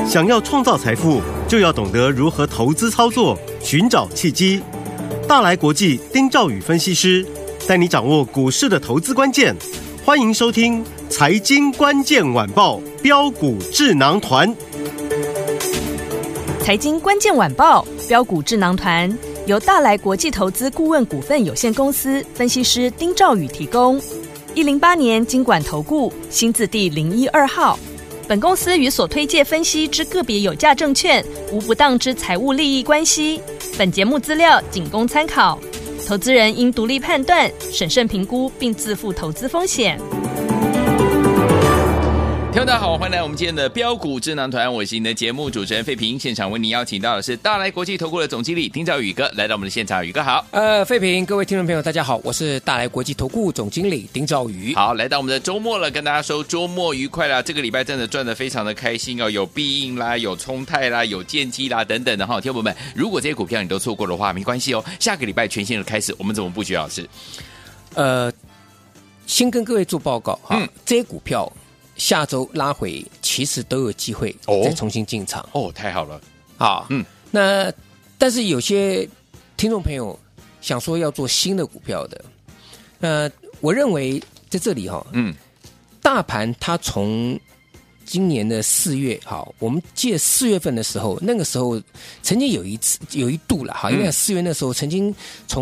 想要创造财富，就要懂得如何投资操作，寻找契机。大来国际丁兆宇分析师带你掌握股市的投资关键。欢迎收听《财经关键晚报标股智囊团》。 财经关键晚报标股智囊团由大来国际投资顾问股份有限公司分析师丁兆宇提供。108年金管投顾新字第012号。本公司与所推介分析之个别有价证券无不当之财务利益关系。本节目资料仅供参考，投资人应独立判断、审慎评估并自负投资风险。 听众大家好，欢迎来我们今天的标股智囊团，我是你的节目主持人费平。现场为您邀请到的是大来国际投顾的总经理丁兆宇哥来到我们的现场，宇哥好。 费平，各位听众朋友大家好，我是大来国际投顾总经理丁兆宇。 好，来到我们的周末了，跟大家说周末愉快啦！这个礼拜真的赚得非常的开心哦，有必应啦，有聪泰啦，有建基啦等等的哈。听众朋友们，如果这些股票你都错过的话，没关系哦，下个礼拜全新的开始，我们怎么布局？老师， 先跟各位做报告哈，这些股票下周拉回，其实都有机会再重新进场哦，太好了啊！那但是有些听众朋友想说要做新的股票的，我认为在这里哈，大盘它从今年的4月，好，我们记得4月份的时候，那个时候曾经有一度了哈，因为4月那时候曾经从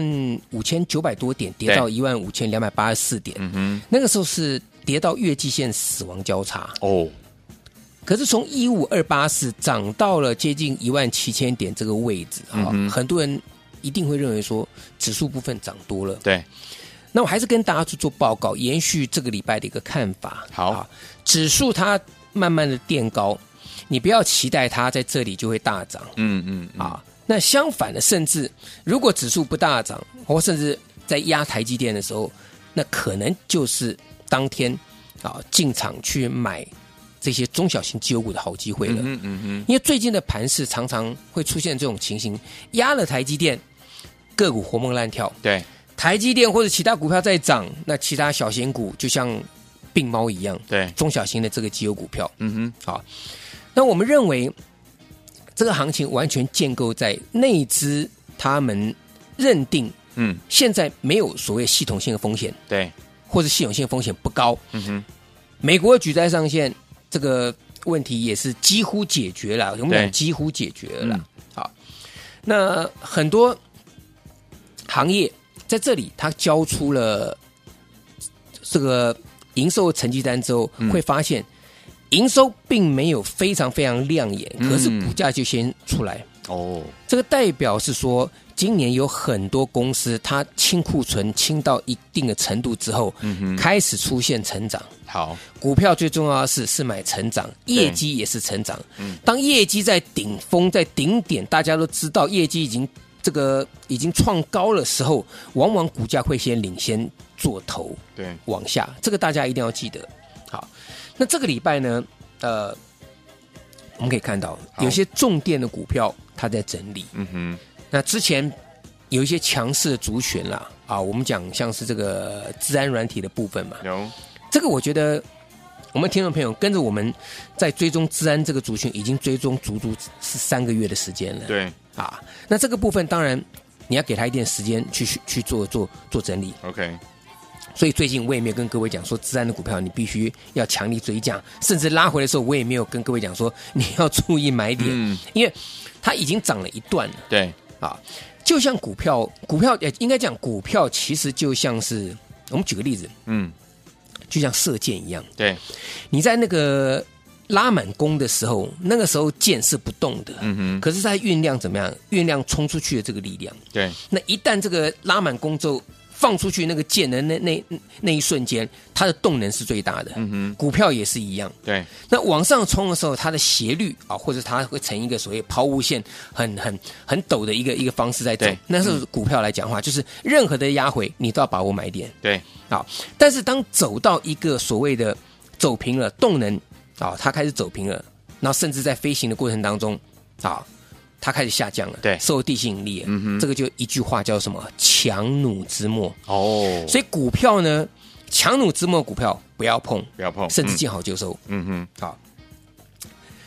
15900多点跌到15284点，那个时候是跌到月季线死亡交叉哦。可是从15284涨到了接近17000点这个位置啊，很多人一定会认为说指数部分涨多了。 对， 那我还是跟大家去做报告，延续这个礼拜的一个看法。 好， 指数它慢慢的垫高，你不要期待它在这里就会大涨。那相反的，甚至如果指数不大涨，或甚至在压台积电的时候，那可能就是当天进场去买这些中小型绩优股的好机会了。因为最近的盘势常常会出现这种情形，压了台积电，个股活蹦乱跳。 对， 台积电或者其他股票在涨，那其他小型股就像病猫一样。对，中小型的这个绩优股票。好，那我们认为这个行情完全建构在内资他们认定，现在没有所谓系统性的风险。对。或者系统性风险不高，美国举债上限这个问题也是几乎解决了，我们讲几乎解决了。好，那很多行业在这里，它交出了这个营收成绩单之后，会发现营收并没有非常非常亮眼，可是股价就先出来。这个代表是说，今年有很多公司它清库存清到一定的程度之后，开始出现成长。好，股票最重要的是买成长，业绩也是成长。当业绩在顶峰在顶点，大家都知道业绩已经创高的时候，往往股价会先领先做头，对，往下，这个大家一定要记得。好，那这个礼拜呢，我们可以看到有些重电的股票它在整理。那之前有一些强势的族群啦，我们讲像是这个资安软体的部分嘛，这个我觉得我们听众朋友跟着我们在追踪资安这个族群，已经追踪足是3个月的时间了。对那这个部分当然你要给他一点时间去做整理。OK。所以最近我也没有跟各位讲说，资安的股票你必须要强力追价，甚至拉回的时候，我也没有跟各位讲说你要注意买点，因为它已经涨了一段了。对就像股票应该讲，股票其实就像是我们举个例子，就像射箭一样。对，你在那个拉满弓的时候，那个时候箭是不动的，可是它运量怎么样？运量冲出去的这个力量。对，那一旦这个拉满弓之后，放出去那个箭的那一瞬间，它的动能是最大的。股票也是一样。对，那往上冲的时候，它的斜率或者它会成一个所谓抛物线很陡的一个方式在走。那是股票来讲的话，就是任何的压回，你都要把握买点。对，好，但是当走到一个所谓的走平了，动能它开始走平了，然后甚至在飞行的过程当中它开始下降了，对，受地心引力了，这个就一句话叫什么？强弩之末。所以股票呢，强弩之末股票不要碰，甚至见好就收。好，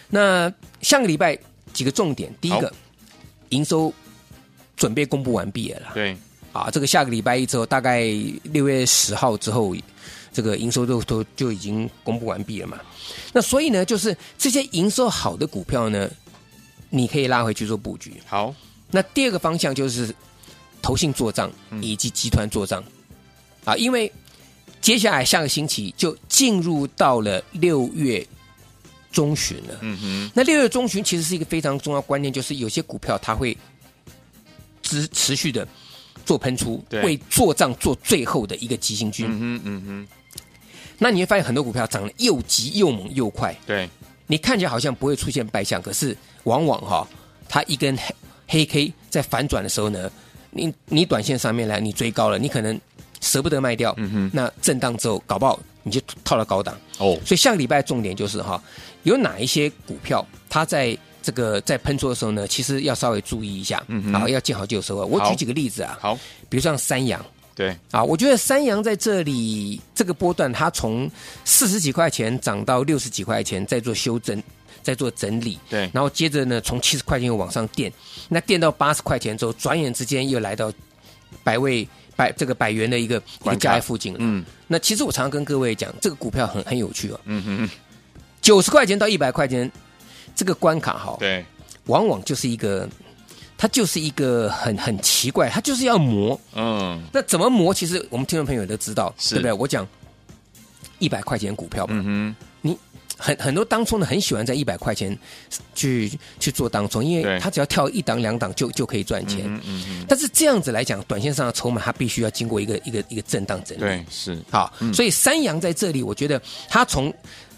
那上个礼拜几个重点，第一个，营收准备公布完毕了啦。 对， 这个下个礼拜一之后，大概6月10号之后，这个营收就已经公布完毕了嘛。那所以呢，就是这些营收好的股票呢，你可以拉回去做布局。 好， 那第二个方向就是投信做账以及集团做账因为接下来下个星期就进入到了6月中旬了。那6月中旬其实是一个非常重要观念，就是有些股票它会持续的做喷出，为做账做最后的一个急行军。那你会发现很多股票涨得又急又猛又快， 对， 你看起来好像不会出现败象，可是往往它一根黑 K 在反转的时候呢，你短线上面来你追高了，你可能舍不得卖掉，那震荡之后搞不好你就套了高档所以下个礼拜重点就是有哪一些股票它在这个在喷出的时候呢，其实要稍微注意一下，要见好就收。我举几个例子好， 比如像三阳。 对我觉得三阳在这里这个波段，它从40几块钱涨到60几块钱，再做修正，再做整理， 对， 然后接着呢，从70块钱又往上垫，那垫到80块钱之后，转眼之间又来到100元的一个价位附近了。那其实我常常跟各位讲，这个股票很有趣90块钱到100块钱这个关卡对， 往往就是一个。它就是一个很奇怪，它就是要磨。那怎么磨？其实我们听众朋友也都知道，对不对？我讲100块钱股票嘛，你很多当冲的很喜欢在100块钱去做当冲，因为它只要跳1档2档就可以赚钱。但是这样子来讲，短线上的筹码它必须要经过一个震荡整理。 对，是好，所以三阳在这里，我觉得它从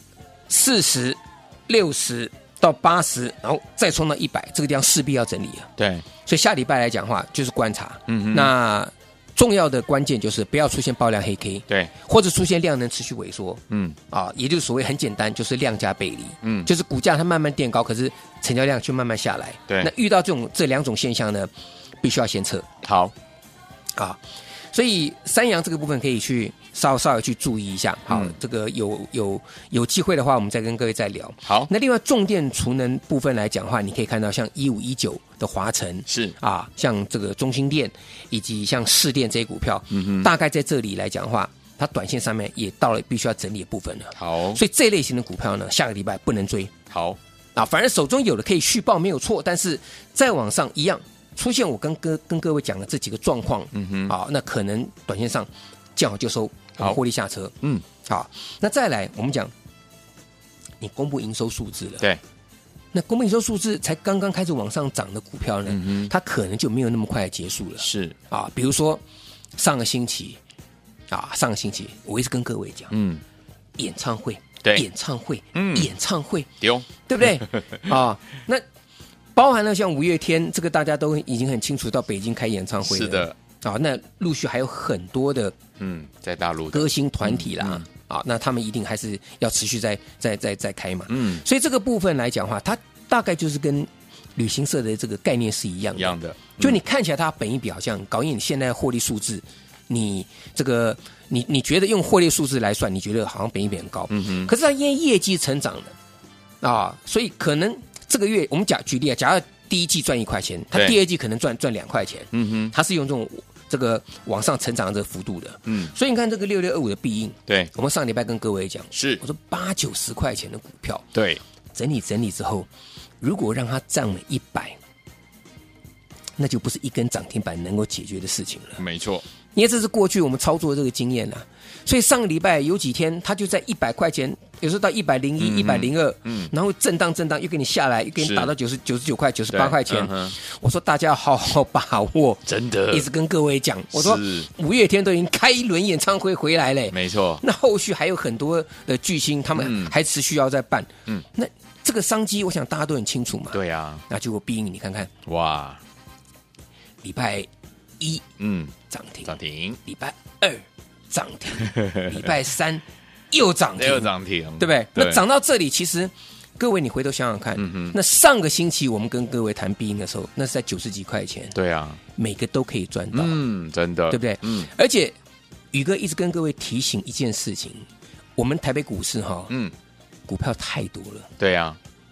40、60。到80，然后再冲到100，这个地方势必要整理了。 对， 所以下礼拜来讲的话，就是观察。那重要的关键就是不要出现爆量黑 K， 对，或者出现量能持续萎缩。也就是所谓很简单，就是量价背离。就是股价它慢慢垫高，可是成交量却慢慢下来。 对， 那遇到这两种现象呢，必须要先撤。 好， 所以三阳这个部分可以去稍微去注意一下。好，这个有机会的话，我们再跟各位再聊。 好， 那另外重电储能部分来讲的话，你可以看到像1519的华城是像这个中兴电以及像市电这些股票，大概在这里来讲的话，它短线上面也到了必须要整理的部分了。 好， 所以这类型的股票呢，下个礼拜不能追。 好反而手中有的可以续报没有错，但是再往上一样。出现我跟各位讲的这几个状况，那可能短线上见好就收，获利下车。好，那再来我们讲，你公布营收数字了， 对， 那公布营收数字才刚刚开始往上涨的股票呢，它可能就没有那么快结束了。 是比如说上个星期我一直跟各位讲，演唱会， 对， 演唱会， 丢， 对不对？那。包含了像5月天，这个大家都已经很清楚，到北京开演唱会了。是的，那陆续还有很多的在大陆歌星团体啦，那他们一定还是要持续在开嘛。所以这个部分来讲的话，它大概就是跟旅行社的这个概念是一样的。就你看起来它本益比好像高，因为你现在获利数字，你这个你觉得用获利数字来算，你觉得好像本益比很高，可是它因为业绩成长了所以可能。这个月我们举例假如第一季赚1块钱，它第二季可能赚2块钱，它是用这个往上成长的这个幅度的，所以你看这个6625的必应， 对， 我们上礼拜跟各位讲， 是我说80、90块钱的股票， 对， 整理之后，如果让它涨了100，那就不是一根涨停板能够解决的事情了， 没错， 因为这是过去我们操作的这个经验啦。所以上个礼拜有几天，它就在100块钱，有时候到101、102，然后震荡，又给你下来，又给你打到99块、98块钱。我说大家要好好把握， 真的， 一直跟各位讲，我说5月天都已经开一轮演唱会回来嘞， 没错。 那后续还有很多的巨星，他们还持续要再办，那这个商机，我想大家都很清楚嘛。 对啊， 那结果必应你看看， 哇， 礼拜1涨停，礼拜2。涨停，礼拜3又涨停，对不对？那涨到这里，其实各位你回头想想看，那上个星期我们跟各位谈必应的时候，那是在90几块钱， 对啊， 每个都可以赚到， 真的， 对不对？而且宇哥一直跟各位提醒一件事情，我们台北股市股票太多了， 对啊，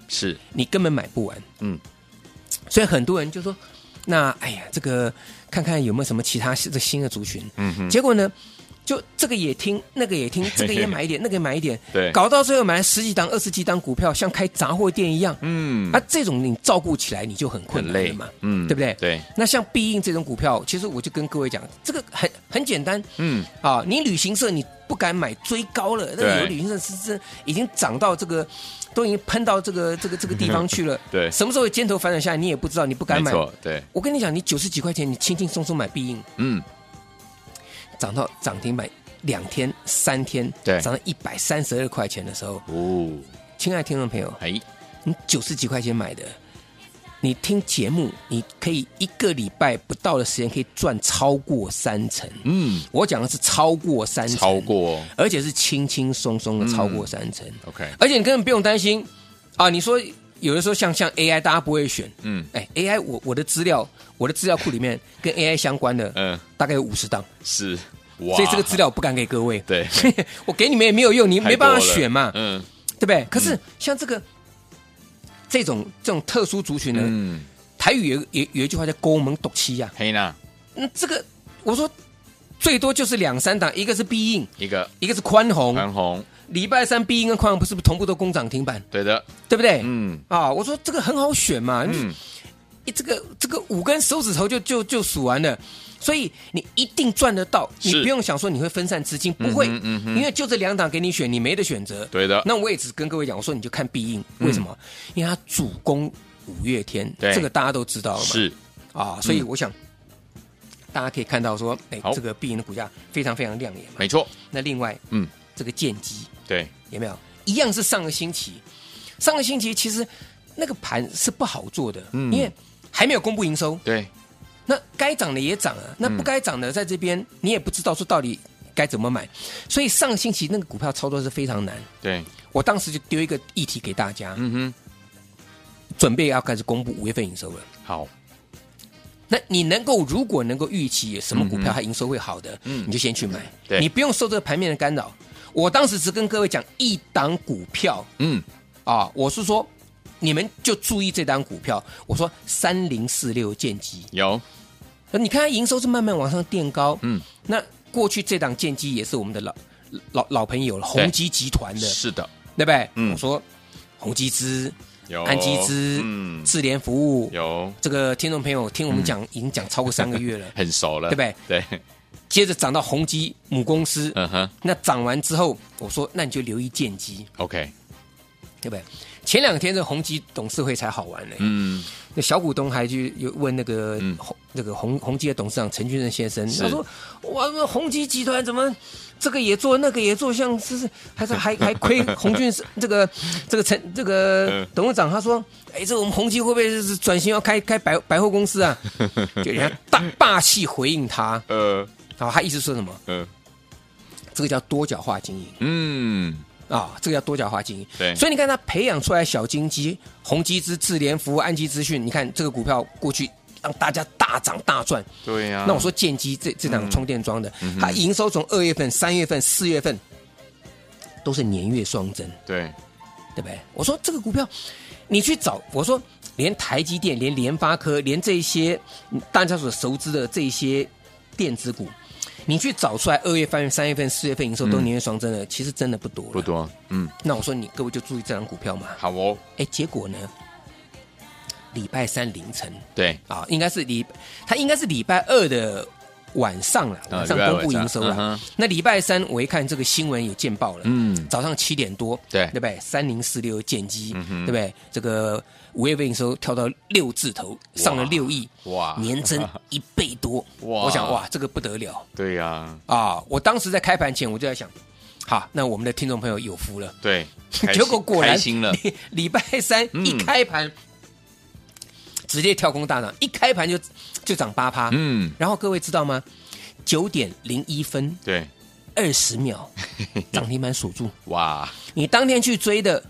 是你根本买不完。所以很多人就说，那哎呀，这个看看有没有什么其他这新的族群。结果呢，就这个也听，那个也听，这个也买一点，那个也买一点， 对， 搞到最后买了10几档、20几档股票，像开杂货店一样。这种你照顾起来你就很困难了嘛，对不对？ 对。 那像必应这种股票，其实我就跟各位讲，这个很简单。你旅行社你不敢买追高了，那个有旅行社是已经涨到这个。都已经喷到这个地方去了， 对， 什么时候尖头反转下来你也不知道，你不敢买， 没错，对。 我跟你讲，你90几块钱，你轻轻松松买必应，涨到涨停板2天3天， 对， 涨到132块钱的时候，亲爱的听众朋友，你90几块钱买的，你听节目，你可以1个礼拜不到的时间可以赚超过3成。我讲的是超过3成， 超过， 而且是轻轻松松的超过3成。 OK， 而且你根本不用担心啊！你说有的时候像 AI， 大家不会选。AI 我的资料库里面跟 AI 相关的，大概有50档。 是， 所以这个资料我不敢给各位。 对， 我给你们也没有用，你没办法选嘛。对不对？可是像这种特殊族群呢，台语有一句话叫勾门斗气呀。 黑呢？ 这个我说最多就是2、3档，一个是必应，一个是宽宏。礼拜3必应跟宽宏不是同步都攻涨停板？对的，对不对？我说这个很好选嘛。这个5根手指头就数完了。所以你一定赚得到，你不用想说你会分散资金，不会，因为就这2档给你选，你没得选择。 对的。 那我也只跟各位讲，我说你就看必应，为什么？因为它主攻5月天，这个大家都知道了嘛。是所以我想大家可以看到说，这个必应的股价非常非常亮眼嘛。 没错。 那另外，这个建机， 对， 有没有一样是上个星期其实那个盘是不好做的，因为还没有公布营收。对。那该涨的也涨了，那不该涨的在这边你也不知道说到底该怎么买，所以上个星期那个股票操作是非常难。对，我当时就丢一个议题给大家，准备要开始公布5月份营收了。好，那你如果能够预期什么股票它营收会好的，你就先去买，你不用受这个盘面的干扰。我当时只跟各位讲一档股票，我是说你们就注意这档股票，我说3046建机有。你看它营收是慢慢往上垫高，那过去这档建机也是我们的老朋友了，宏基集团的，是的，对不对？我说宏基资、安基资、智联服务有，这个听众朋友听我们讲已经讲超过3个月了，很熟了，对不对？对。接着涨到宏基母公司，那涨完之后，我说那你就留意建机 ，OK， 对不对？前2天这宏基董事会才好玩呢，那小股东还去有问那个宏基的董事长陈俊生先生，他说：“哇，宏基集团怎么这个也做，那个也做，像是还亏宏俊这个董事长他说，这我们宏基会不会是转型要开百货公司啊？就人家霸气回应他，然后他意思说什么？这个叫多角化经营，这个叫多角化经营。对，所以你看他培养出来小金鸡、宏基资、智联服务、安基资讯，你看这个股票过去让大家大涨大赚。对呀。那我说建机这档充电桩的，它营收从2月份、3月份、4月份都是年月双增。对，对不对？我说这个股票你去找，我说连台积电、连联发科、连这些大家所熟知的这些电子股。你去找出来2月份、3月份、4月份营收都年月双增的，其实真的不多了，不多。那我说你各位就注意这张股票嘛。好哦。结果呢？礼拜3凌晨，对应该是它应该是礼拜2的晚上了，晚上公布营收了。那礼拜3我一看这个新闻有见报了，早上7点多，对不对？3046建机，对不对？这个5月份营收跳到6字头，上了6亿，哇，年增1倍多，哇！我想哇，这个不得了，对呀，我当时在开盘前我就在想，好，那我们的听众朋友有福了，对，结果果然礼拜3一开盘。直接跳空大涨，一开盘就涨8%，然后各位知道吗？9点01分，对，20秒涨停板锁住，哇！你当天去追的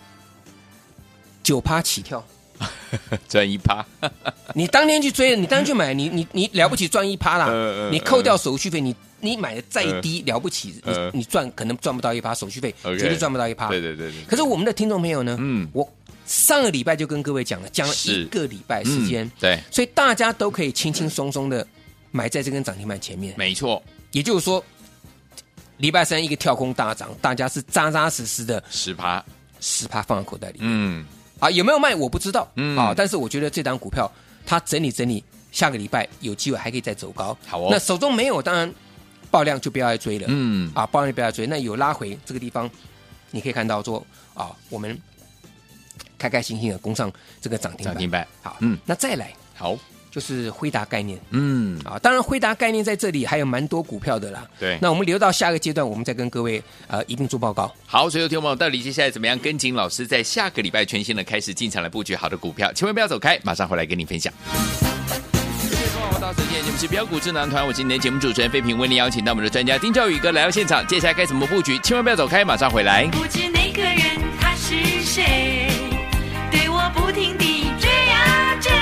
9%起跳，赚1%。你当天去追的，你当天去买，你了不起赚1%啦，你扣掉手续费，你买的再低了不起，你赚可能赚不到1%手续费，绝对赚不到1%。对。可是我们的听众朋友呢，我上个礼拜就跟各位讲了1个礼拜时间， 对， 所以大家都可以轻轻松松的买在这根涨停板前面， 没错。 也就是说，礼拜三一个跳空大涨，大家是扎扎实实的 10% 放在口袋里面。有没有卖我不知道，但是我觉得这档股票它整理，下个礼拜有机会还可以再走高。 好哦， 那手中没有，当然爆量就不要再追了。爆量就不要再追。那有拉回这个地方，你可以看到说我们开开心心的攻上这个涨停板。好，那再来好。 就是辉达概念，当然辉达概念在这里还有蛮多股票的啦。 对， 那我们留到下个阶段，我们再跟各位一并做报告。 好，所以听众朋友，到底接下来怎么样跟紧老师在下个礼拜全新的开始进场来布局好的股票？千万不要走开，马上回来跟你分享。到时间节目是标股智囊团，我是你的节目主持人费平，为您邀请到我们的专家丁兆宇哥来到现场。接下来该怎么布局？千万不要走开，马上回来。 不知那个人他是谁，对我不停地追啊追。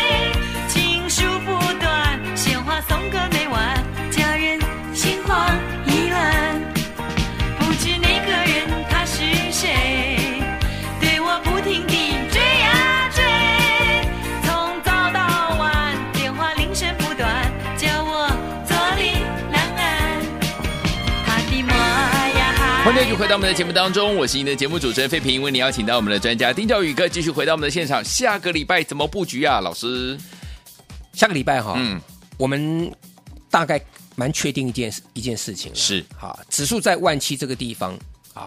送个没完，家人心慌意乱，不知那个人他是谁，对我不停地追啊追，从早到晚电话铃声不断，叫我坐立难安。他的妈呀！ 欢迎继续回到我们的节目当中，我是您的节目主持人费平，为您邀请到我们的专家丁兆宇哥继续回到我们的现场。下个礼拜怎么布局啊，老师？ 下个礼拜我们大概蛮确定一件事情了， 是指数在17000这个地方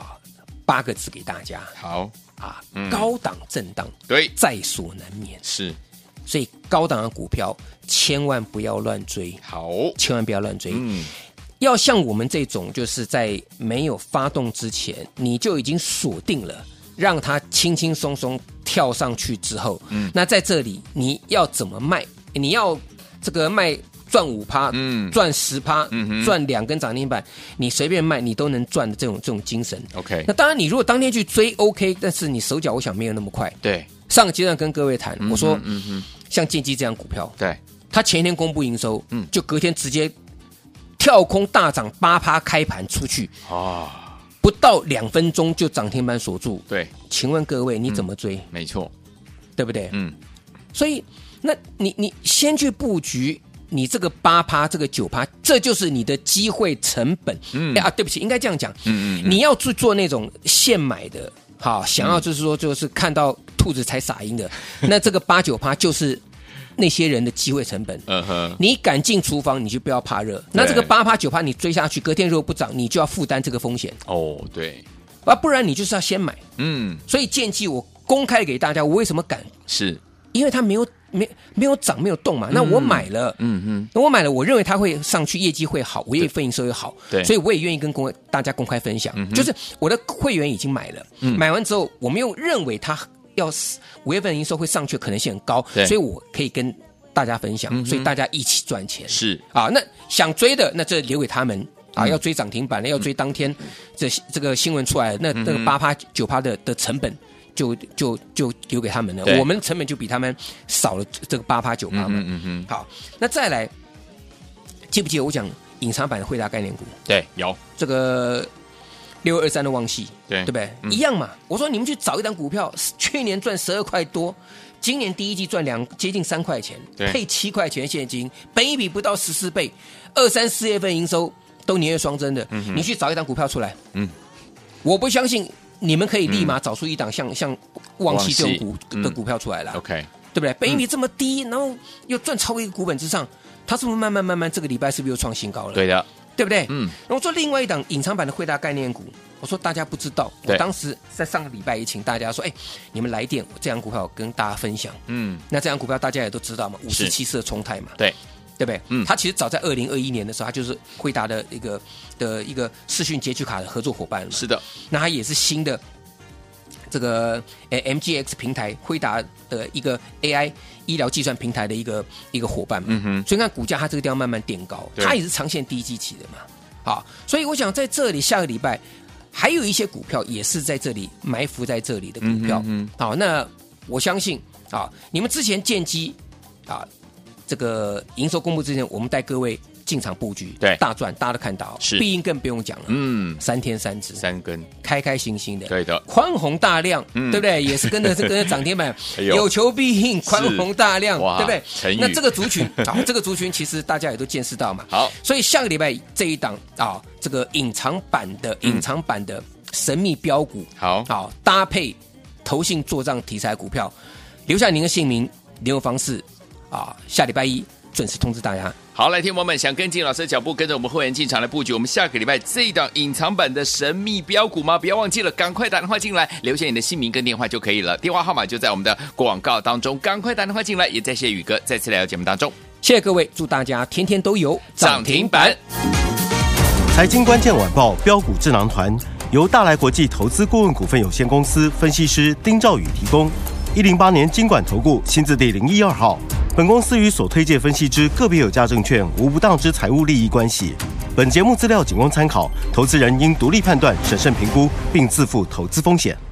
8个字给大家， 好高档震荡， 对， 在所难免， 是， 所以高档的股票千万不要乱追， 好， 千万不要乱追，要像我们这种就是在没有发动之前你就已经锁定了，让它轻轻松松跳上去之后，那在这里你要怎么卖？你要这个卖赚5%，赚10%，赚2根涨停板，你随便卖你都能赚的这种精神。 OK， 那当然你如果当天去追 OK， 但是你手脚我想没有那么快。 对， 上个阶段跟各位谈，我说像建基这样股票， 对， 它前一天公布营收，就隔天直接跳空大涨8%，开盘出去，不到2分钟就涨停板锁住。 对， 请问各位你怎么追？ 没错， 对不对？所以那你先去布局，你这个8%这个9%，这就是你的机会成本。对不起，应该这样讲。你要去做那种现买的，想要就是说就是看到兔子才撒鹰的，那这个8%、9%就是那些人的机会成本。你敢进厨房，你就不要怕热。那这个8%、9%你追下去，隔天如果不涨，你就要负担这个风险。 对， 不然你就是要先买。所以建议我公开给大家，我为什么敢？是因为它没有涨没有动嘛，那我买了，那我买了，我认为它会上去，业绩会好，我业分营收也好，所以我也愿意跟大家公开分享。就是我的会员已经买了，买完之后，我们又认为它要5月份营收会上去的可能性很高，所以我可以跟大家分享，所以大家一起赚钱。是那想追的，那这留给他们。要追涨停板的，要追当天这个新闻出来的，那个8%、9%的成本。就留给他们了，我们成本就比他们少了这个8%、9%嘛。好，那再来，记不记得我讲隐藏版的辉达概念股？ 对，有这个6223的旺矽，对不对？一样嘛。我说你们去找一档股票，去年赚12块多，今年第一季赚接近3块钱，配7块钱现金，本益比不到14倍，2、3、4月份营收都年月双增的，你去找一档股票出来，我不相信。你们可以立马找出一档像旺矽这种的股票出来了，OK， 对不对？本益比这么低，然后又赚超过一个股本之上，它是不是慢慢这个礼拜是不是又创新高了？对的，对不对？然后做另外一档隐藏版的辉达概念股，我说大家不知道，我当时在上个礼拜也请大家说，你们来电，我这档股票我跟大家分享，那这档股票大家也都知道嘛，57的冲泰嘛，对不对？它其实早在2021年的时候，它就是辉达的一个视讯截取卡的合作伙伴了。是的，那它也是新的这个MGX 平台，辉达的一个 AI 医疗计算平台的一个伙伴嘛。所以你看股价它这个地方慢慢垫高，它也是长线低基期的嘛。好，所以我想在这里下个礼拜还有一些股票也是在这里埋伏在这里的股票。好，那我相信你们之前建基这个营收公布之前，我们带各位进场布局， 对， 大赚，大家都看到， 是必应更不用讲了，3天3只 ，3根， 开开心心的， 对的， 宽宏大量，对不对？也是跟着涨停板，有求必应，宽宏大量，对不对？那这个族群这个族群其实大家也都见识到嘛， 好， 所以下个礼拜这一档这个隐藏版的神秘标股，好搭配投信做账题材股票，留下您的姓名、联络方式下礼拜一准时通知大家。 好，来，听众朋友们，想跟进老师的脚步，跟着我们会员进场来布局我们下个礼拜这一档隐藏版的神秘标股吗？不要忘记了，赶快打电话进来，留下你的姓名跟电话就可以了，电话号码就在我们的广告当中，赶快打电话进来。也再谢谢宇哥再次来到节目当中， 谢谢各位，祝大家天天都有涨停板。 财经关键晚报标股智囊团由大来国际投资顾问股份有限公司分析师丁兆宇提供。108年金管投顾新字第012号。本公司与所推介分析之个别有价证券无不当之财务利益关系。本节目资料仅供参考，投资人应独立判断、审慎评估，并自负投资风险。